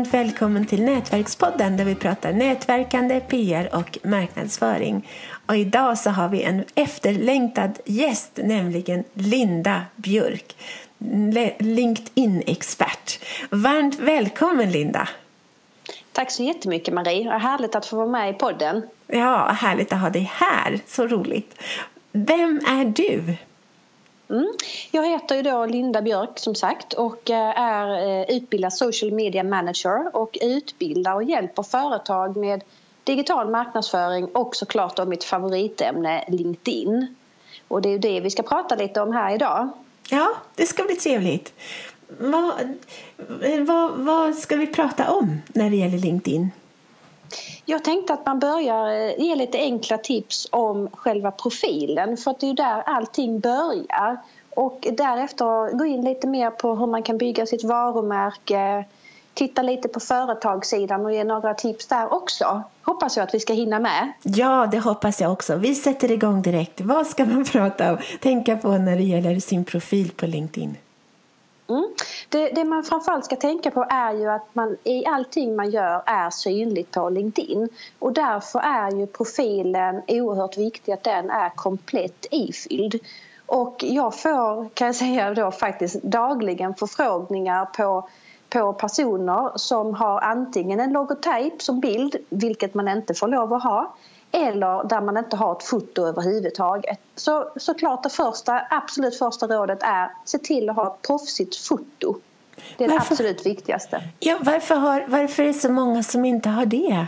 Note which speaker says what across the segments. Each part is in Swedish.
Speaker 1: varmt välkommen till Nätverkspodden där vi pratar nätverkande, PR och marknadsföring. Och idag så har vi en efterlängtad gäst, nämligen Linda Björk, LinkedIn-expert. Varmt välkommen Linda!
Speaker 2: Tack så jättemycket Marie, och härligt att få vara med i podden.
Speaker 1: Ja, härligt att ha dig här, så roligt. Vem är du?
Speaker 2: Jag heter ju då Linda Björk som sagt och är utbildad social media manager och utbildar och hjälper företag med digital marknadsföring och såklart om mitt favoritämne LinkedIn. Och det är ju det vi ska prata lite om här idag.
Speaker 1: Ja, det ska bli trevligt. Vad ska vi prata om när det gäller LinkedIn?
Speaker 2: Jag tänkte att man börjar ge lite enkla tips om själva profilen, för att det är ju där allting börjar. Och därefter gå in lite mer på hur man kan bygga sitt varumärke, titta lite på företagssidan och ge några tips där också. Hoppas jag att vi ska hinna med.
Speaker 1: Ja, det hoppas jag också. Vi sätter igång direkt. Vad ska man tänka på när det gäller sin profil på LinkedIn?
Speaker 2: Det man framförallt ska tänka på är ju att man i allting man gör är synligt på LinkedIn. Och därför är ju profilen oerhört viktig, att den är komplett ifylld. Och jag får, kan jag säga då, faktiskt dagligen förfrågningar på personer som har antingen en logotyp som bild, vilket man inte får lov att ha, eller där man inte har ett foto överhuvudtaget. Så såklart det absolut första rådet är: se till att ha ett proffsigt foto. Det är det absolut viktigaste.
Speaker 1: Ja, varför är det så många som inte har det?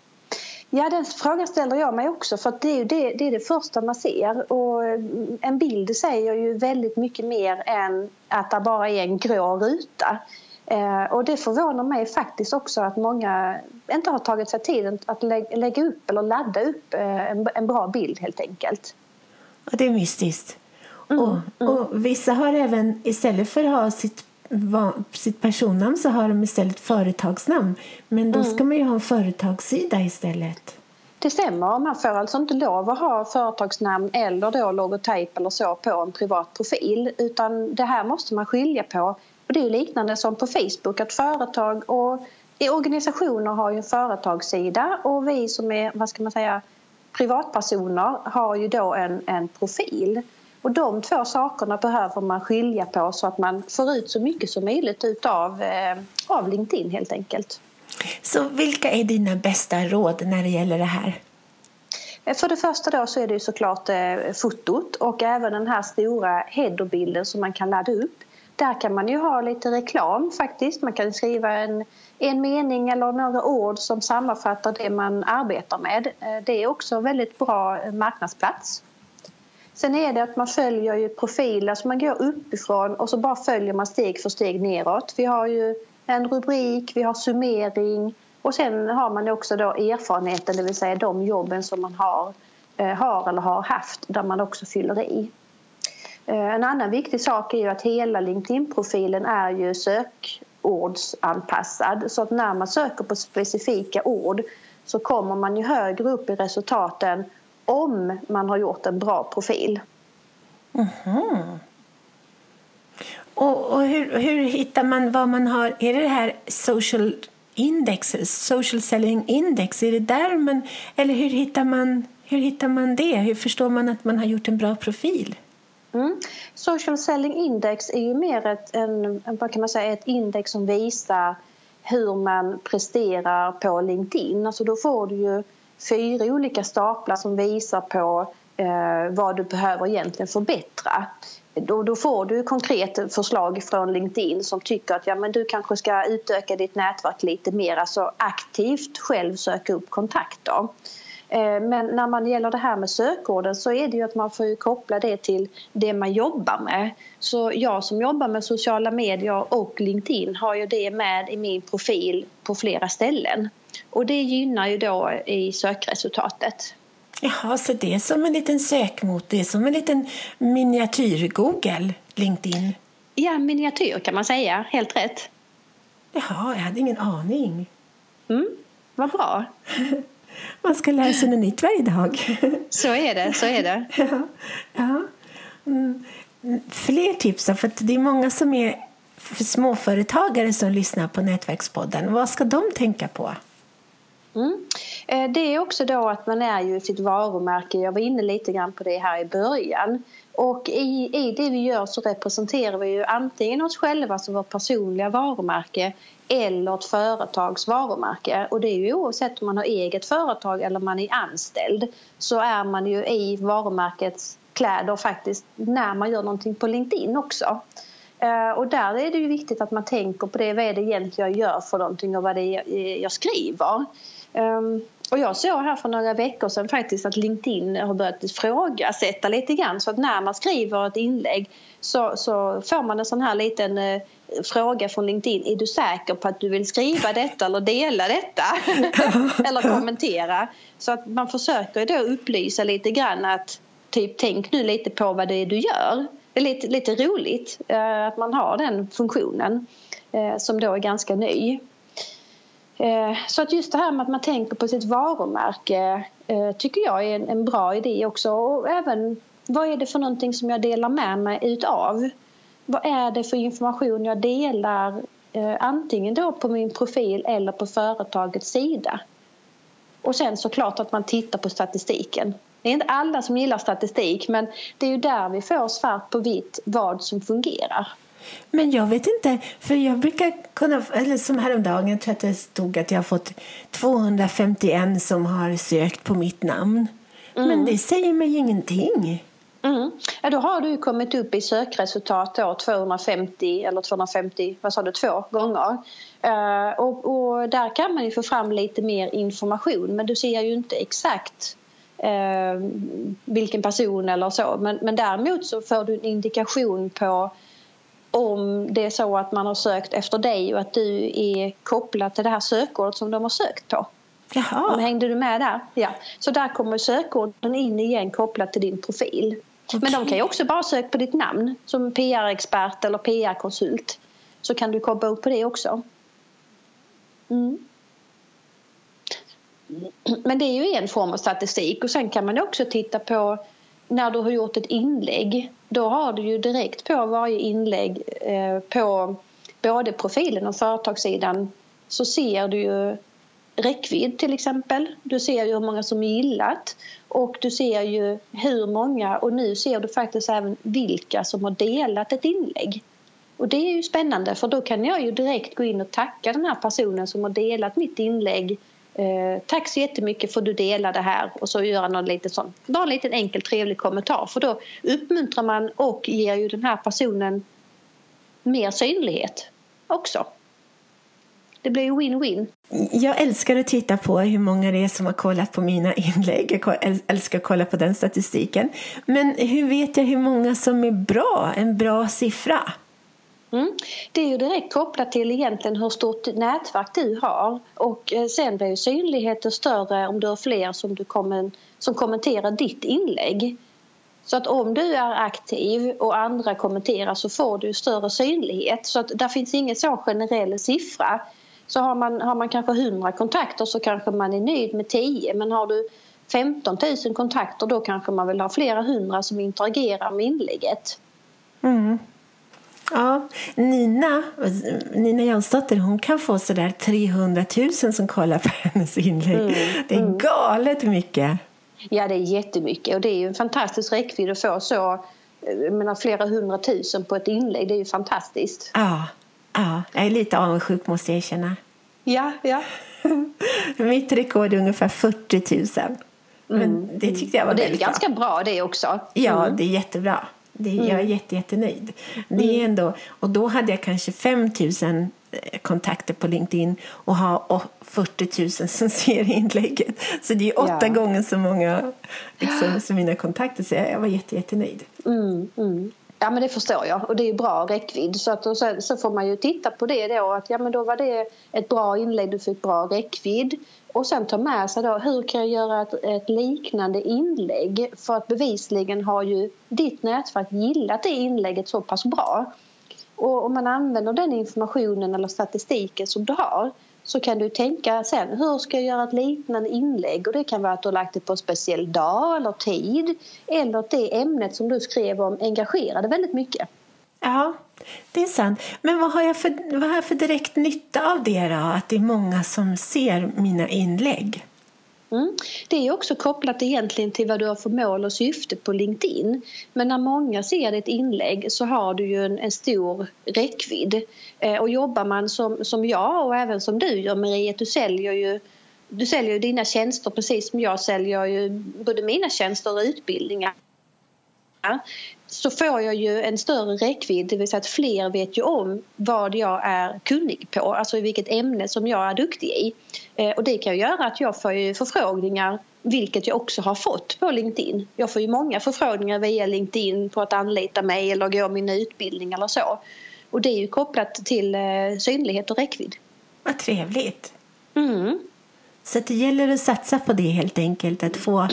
Speaker 2: Ja, den frågan ställer jag mig också, för att det är det första man ser. Och en bild säger ju väldigt mycket mer än att det bara är en grå ruta. Och det förvånar mig faktiskt också att många inte har tagit sig tiden att lägga upp eller ladda upp en bra bild helt enkelt.
Speaker 1: Ja, det är mystiskt. Och vissa har även, istället för att ha sitt personnamn, så har de istället företagsnamn. Men då ska man ju ha en företagssida istället. Det
Speaker 2: stämmer, man får alltså inte lov att ha företagsnamn eller då logotyp eller så på en privat profil, utan det här måste man skilja på. Och det är liknande som på Facebook, att företag och organisationer har ju en företagssida, och vi som är, privatpersoner har ju då en profil. Och de två sakerna behöver man skilja på så att man får ut så mycket som möjligt av LinkedIn helt enkelt.
Speaker 1: Så vilka är dina bästa råd när det gäller det här?
Speaker 2: För det första då så är det ju såklart fotot och även den här stora headerbilden som man kan ladda upp. Där kan man ju ha lite reklam faktiskt. Man kan skriva en mening eller några ord som sammanfattar det man arbetar med. Det är också en väldigt bra marknadsplats. Sen är det att man följer ju profiler, så man går uppifrån och så bara följer man steg för steg neråt. Vi har ju en rubrik, vi har summering och sen har man också då erfarenheten, det vill säga de jobben som man har eller har haft, där man också fyller i. En annan viktig sak är ju att hela LinkedIn-profilen är ju sökordsanpassad, så att när man söker på specifika ord så kommer man ju högre upp i resultaten om man har gjort en bra profil. Och
Speaker 1: hur hittar man vad man har? Är det här social selling index? Är det där man, eller hur hittar man det? Hur förstår man att man har gjort en bra profil?
Speaker 2: Social selling index är ju mer ett index som visar hur man presterar på LinkedIn. Alltså då får du ju 4 olika staplar som visar på vad du behöver egentligen förbättra. Då får du konkret förslag från LinkedIn som tycker att men du kanske ska utöka ditt nätverk lite mer, alltså aktivt själv söka upp kontakter. Men när man gäller det här med sökorden så är det ju att man får ju koppla det till det man jobbar med. Så jag som jobbar med sociala medier och LinkedIn har ju det med i min profil på flera ställen. Och det gynnar ju då i sökresultatet.
Speaker 1: Jaha, så det är som en liten sökmotor, det är som en liten miniatyr-Google, LinkedIn.
Speaker 2: Ja, miniatyr kan man säga, helt rätt.
Speaker 1: Jaha, jag hade ingen aning.
Speaker 2: Vad bra.
Speaker 1: Man ska lära sig något nytt varje dag.
Speaker 2: Så är det.
Speaker 1: Ja. Fler tips då, för att det är många som är för småföretagare som lyssnar på Nätverkspodden, vad ska de tänka på?
Speaker 2: Det är också då att man är ju sitt varumärke. Jag var inne lite grann på det här i början. Och i det vi gör så representerar vi ju antingen oss själva som vårt personliga varumärke eller ett företags varumärke. Och det är ju oavsett om man har eget företag eller man är anställd, så är man ju i varumärkets kläder faktiskt när man gör någonting på LinkedIn också. Och där är det ju viktigt att man tänker på det. Vad är det egentligen jag gör för någonting och vad det är jag skriver. Och jag såg här för några veckor sedan faktiskt att LinkedIn har börjat ifrågasätta lite grann. Så att när man skriver ett inlägg så får man en sån här liten fråga från LinkedIn. Är du säker på att du vill skriva detta eller dela detta? Eller kommentera. Så att man försöker då upplysa lite grann att typ tänk nu lite på vad det är du gör. Det är lite roligt att man har den funktionen som då är ganska ny. Så att just det här med att man tänker på sitt varumärke tycker jag är en bra idé också. Och även vad är det för någonting som jag delar med mig utav? Vad är det för information jag delar antingen då på min profil eller på företagets sida? Och sen såklart att man tittar på statistiken. Det är inte alla som gillar statistik, men det är ju där vi får svart på vitt vad som fungerar.
Speaker 1: Men jag vet inte, för jag brukar kunna, eller som häromdagen, jag tror att det stod att jag har fått 251 som har sökt på mitt namn. Men det säger mig ingenting.
Speaker 2: Ja, då har du kommit upp i sökresultat då 250 eller 250, vad sa du, 2 gånger. Och där kan man ju få fram lite mer information, men du ser ju inte exakt vilken person eller så. Men däremot så får du en indikation på om det är så att man har sökt efter dig och att du är kopplad till det här sökordet som de har sökt på.
Speaker 1: Jaha.
Speaker 2: Hängde du med där? Ja. Så där kommer sökorden in igen kopplat till din profil. Okay. Men de kan ju också bara söka på ditt namn som PR-expert eller PR-konsult. Så kan du koppla upp på det också. Men det är ju en form av statistik. Och sen kan man också titta på när du har gjort ett inlägg. Då har du ju direkt på varje inlägg på både profilen och företagssidan så ser du ju räckvidd till exempel. Du ser ju hur många som gillat och du ser ju hur många, och nu ser du faktiskt även vilka som har delat ett inlägg. Och det är ju spännande, för då kan jag ju direkt gå in och tacka den här personen som har delat mitt inlägg. Tack så jättemycket för att du delade här, och så göra någon lite sån, bara en liten enkel trevlig kommentar, för då uppmuntrar man och ger ju den här personen mer synlighet också. Det blir ju win-win.
Speaker 1: Jag älskar att titta på hur många det är som har kollat på mina inlägg. Jag älskar att kolla på den statistiken. Men hur vet jag hur många som är bra? En bra siffra?
Speaker 2: Det är ju direkt kopplat till egentligen hur stort nätverk du har. Och sen blir ju synligheten större om du har fler som kommenterar ditt inlägg. Så att om du är aktiv och andra kommenterar så får du större synlighet. Så att där finns ingen så generell siffra. Så har man kanske 100 kontakter så kanske man är nöjd med 10. Men har du 15 000 kontakter då kanske man vill ha flera 100 som interagerar med inlägget.
Speaker 1: Ja, Nina Jansdotter, hon kan få sådär 300 000 som kollar på hennes inlägg. Det är galet mycket. Ja,
Speaker 2: det är jättemycket, och det är ju en fantastisk räckvidd att få så, flera 100 000 på ett inlägg. Det är ju fantastiskt.
Speaker 1: Ja, jag är lite avundsjuk måste jag erkänna.
Speaker 2: Ja.
Speaker 1: Mitt rekord är ungefär 40 000. Men det tyckte jag var väldigt bra.
Speaker 2: Och det är ganska bra det också.
Speaker 1: Ja, det är jättebra. Jag är jättenöjd. Det är ändå, och då hade jag kanske 5 000 kontakter på LinkedIn och har 40 000 som ser inlägget. Så det är 8 gånger så många som mina kontakter. Så jag var jättenöjd.
Speaker 2: Ja, men det förstår jag. Och det är bra räckvidd. Så får man ju titta på det då. Att då var det ett bra inlägg, du fick bra räckvidd. Och sen ta med sig då, hur kan jag göra ett liknande inlägg? För att bevisligen har ju ditt nätverk gillat det inlägget så pass bra. Och om man använder den informationen eller statistiken som du har, så kan du tänka sen, hur ska jag göra ett liknande inlägg? Och det kan vara att du har lagt det på en speciell dag eller tid. Eller att det ämnet som du skrev om engagerade väldigt mycket.
Speaker 1: Ja, det är sant. Men vad har jag för direkt nytta av det då? Att det är många som ser mina inlägg?
Speaker 2: Det är också kopplat egentligen till vad du har för mål och syfte på LinkedIn. Men när många ser ditt inlägg så har du ju en stor räckvidd. Och jobbar man som jag och även som du gör, Marie, du säljer ju dina tjänster precis som jag säljer ju både mina tjänster och utbildningar. Så får jag ju en större räckvidd, det vill säga att fler vet ju om vad jag är kunnig på, alltså i vilket ämne som jag är duktig i. Och det kan ju göra att jag får ju förfrågningar, vilket jag också har fått på LinkedIn. Jag får ju många förfrågningar via LinkedIn på att anlita mig eller gå mina utbildningar eller så. Och det är ju kopplat till synlighet och räckvidd.
Speaker 1: Vad trevligt. Så det gäller att satsa på det helt enkelt. Att få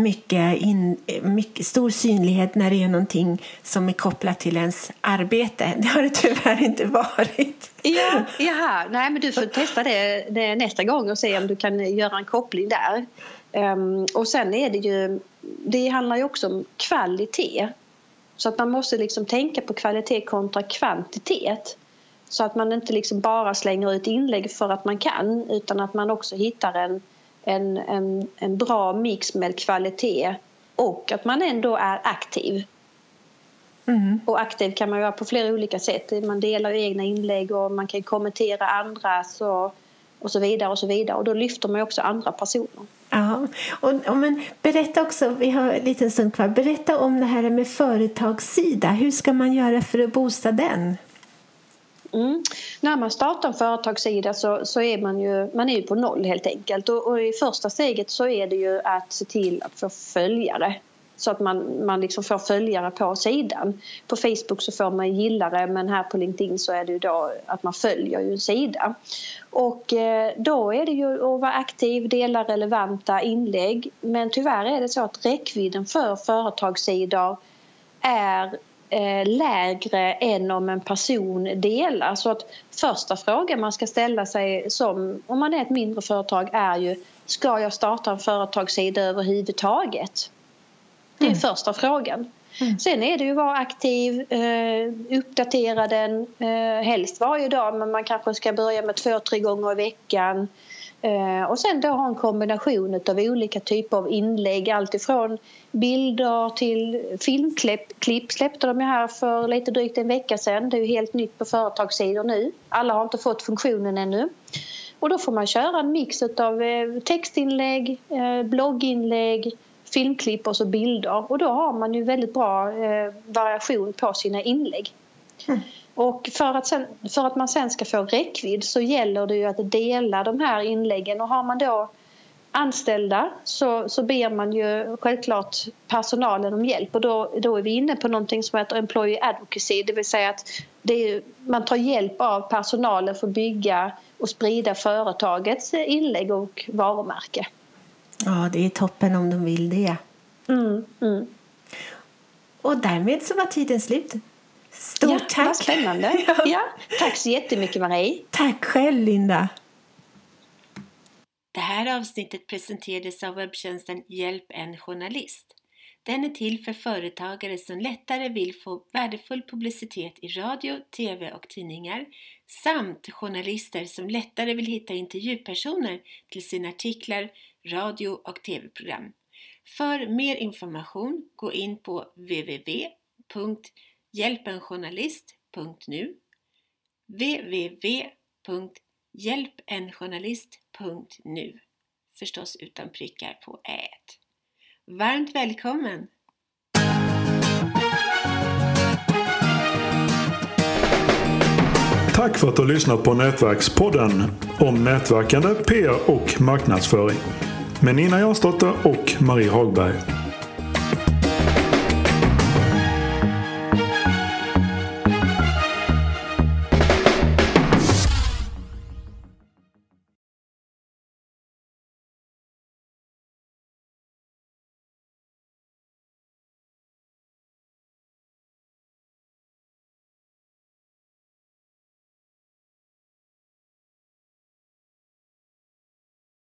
Speaker 1: mycket stor synlighet när det är någonting som är kopplat till ens arbete. Det har det tyvärr inte varit.
Speaker 2: Ja. Nej, men du får testa det nästa gång och se om du kan göra en koppling där. Och sen är det handlar ju också om kvalitet. Så att man måste liksom tänka på kvalitet kontra kvantitet. Så att man inte liksom bara slänger ut inlägg för att man kan, utan att man också hittar en bra mix med kvalitet och att man ändå är aktiv. Och aktiv kan man göra på flera olika sätt. Man delar ju egna inlägg och man kan kommentera andras och så vidare och så vidare. Och då lyfter man också andra personer.
Speaker 1: Ja, men berätta också, vi har en liten stund kvar. Berätta om det här med företagssida. Hur ska man göra för att boosta den?
Speaker 2: När man startar en företagssida så är man är ju på noll helt enkelt. Och i första steget så är det ju att se till att få följare. Så att man liksom får följare på sidan. På Facebook så får man gillare, men här på LinkedIn så är det ju då att man följer ju en sida. Och då är det ju att vara aktiv, dela relevanta inlägg. Men tyvärr är det så att räckvidden för företagssidor är lägre än om en person delar. Så att första frågan man ska ställa sig om man är ett mindre företag är ju: ska jag starta en företagssida överhuvudtaget? Det är första frågan. Sen är det ju att vara aktiv, uppdatera den, helst varje dag, men man kanske ska börja med 2-3 gånger i veckan. Och sen då ha en kombination av olika typer av inlägg, allt ifrån bilder till filmklipp släppte de här för lite drygt en vecka sedan. Det är ju helt nytt på företagssidor nu. Alla har inte fått funktionen ännu. Och då får man köra en mix av textinlägg, blogginlägg, filmklipp och så bilder. Och då har man ju väldigt bra variation på sina inlägg. Och för att man sen ska få räckvidd så gäller det ju att dela de här inläggen. Och har man då anställda så ber man ju självklart personalen om hjälp. Och då är vi inne på någonting som heter employee advocacy. Det vill säga att man tar hjälp av personalen för att bygga och sprida företagets inlägg och varumärke.
Speaker 1: Ja, det är toppen om de vill det. Och därmed så var tiden slut. Stort tack.
Speaker 2: Vad spännande. Ja, tack så jättemycket, Marie.
Speaker 1: Tack själv, Linda. Det här avsnittet presenterades av webbtjänsten Hjälp en journalist. Den är till för företagare som lättare vill få värdefull publicitet i radio, tv och tidningar, samt journalister som lättare vill hitta intervjupersoner till sina artiklar, radio- och tv-program. För mer information, gå in på www.hjälpenjournalist.nu www.hjälpenjournalist.nu, förstås utan prickar på ät. Varmt välkommen!
Speaker 3: Tack för att du har lyssnat på Nätverkspodden om nätverkande, PR och marknadsföring med Nina Jansdotter och Marie Hagberg.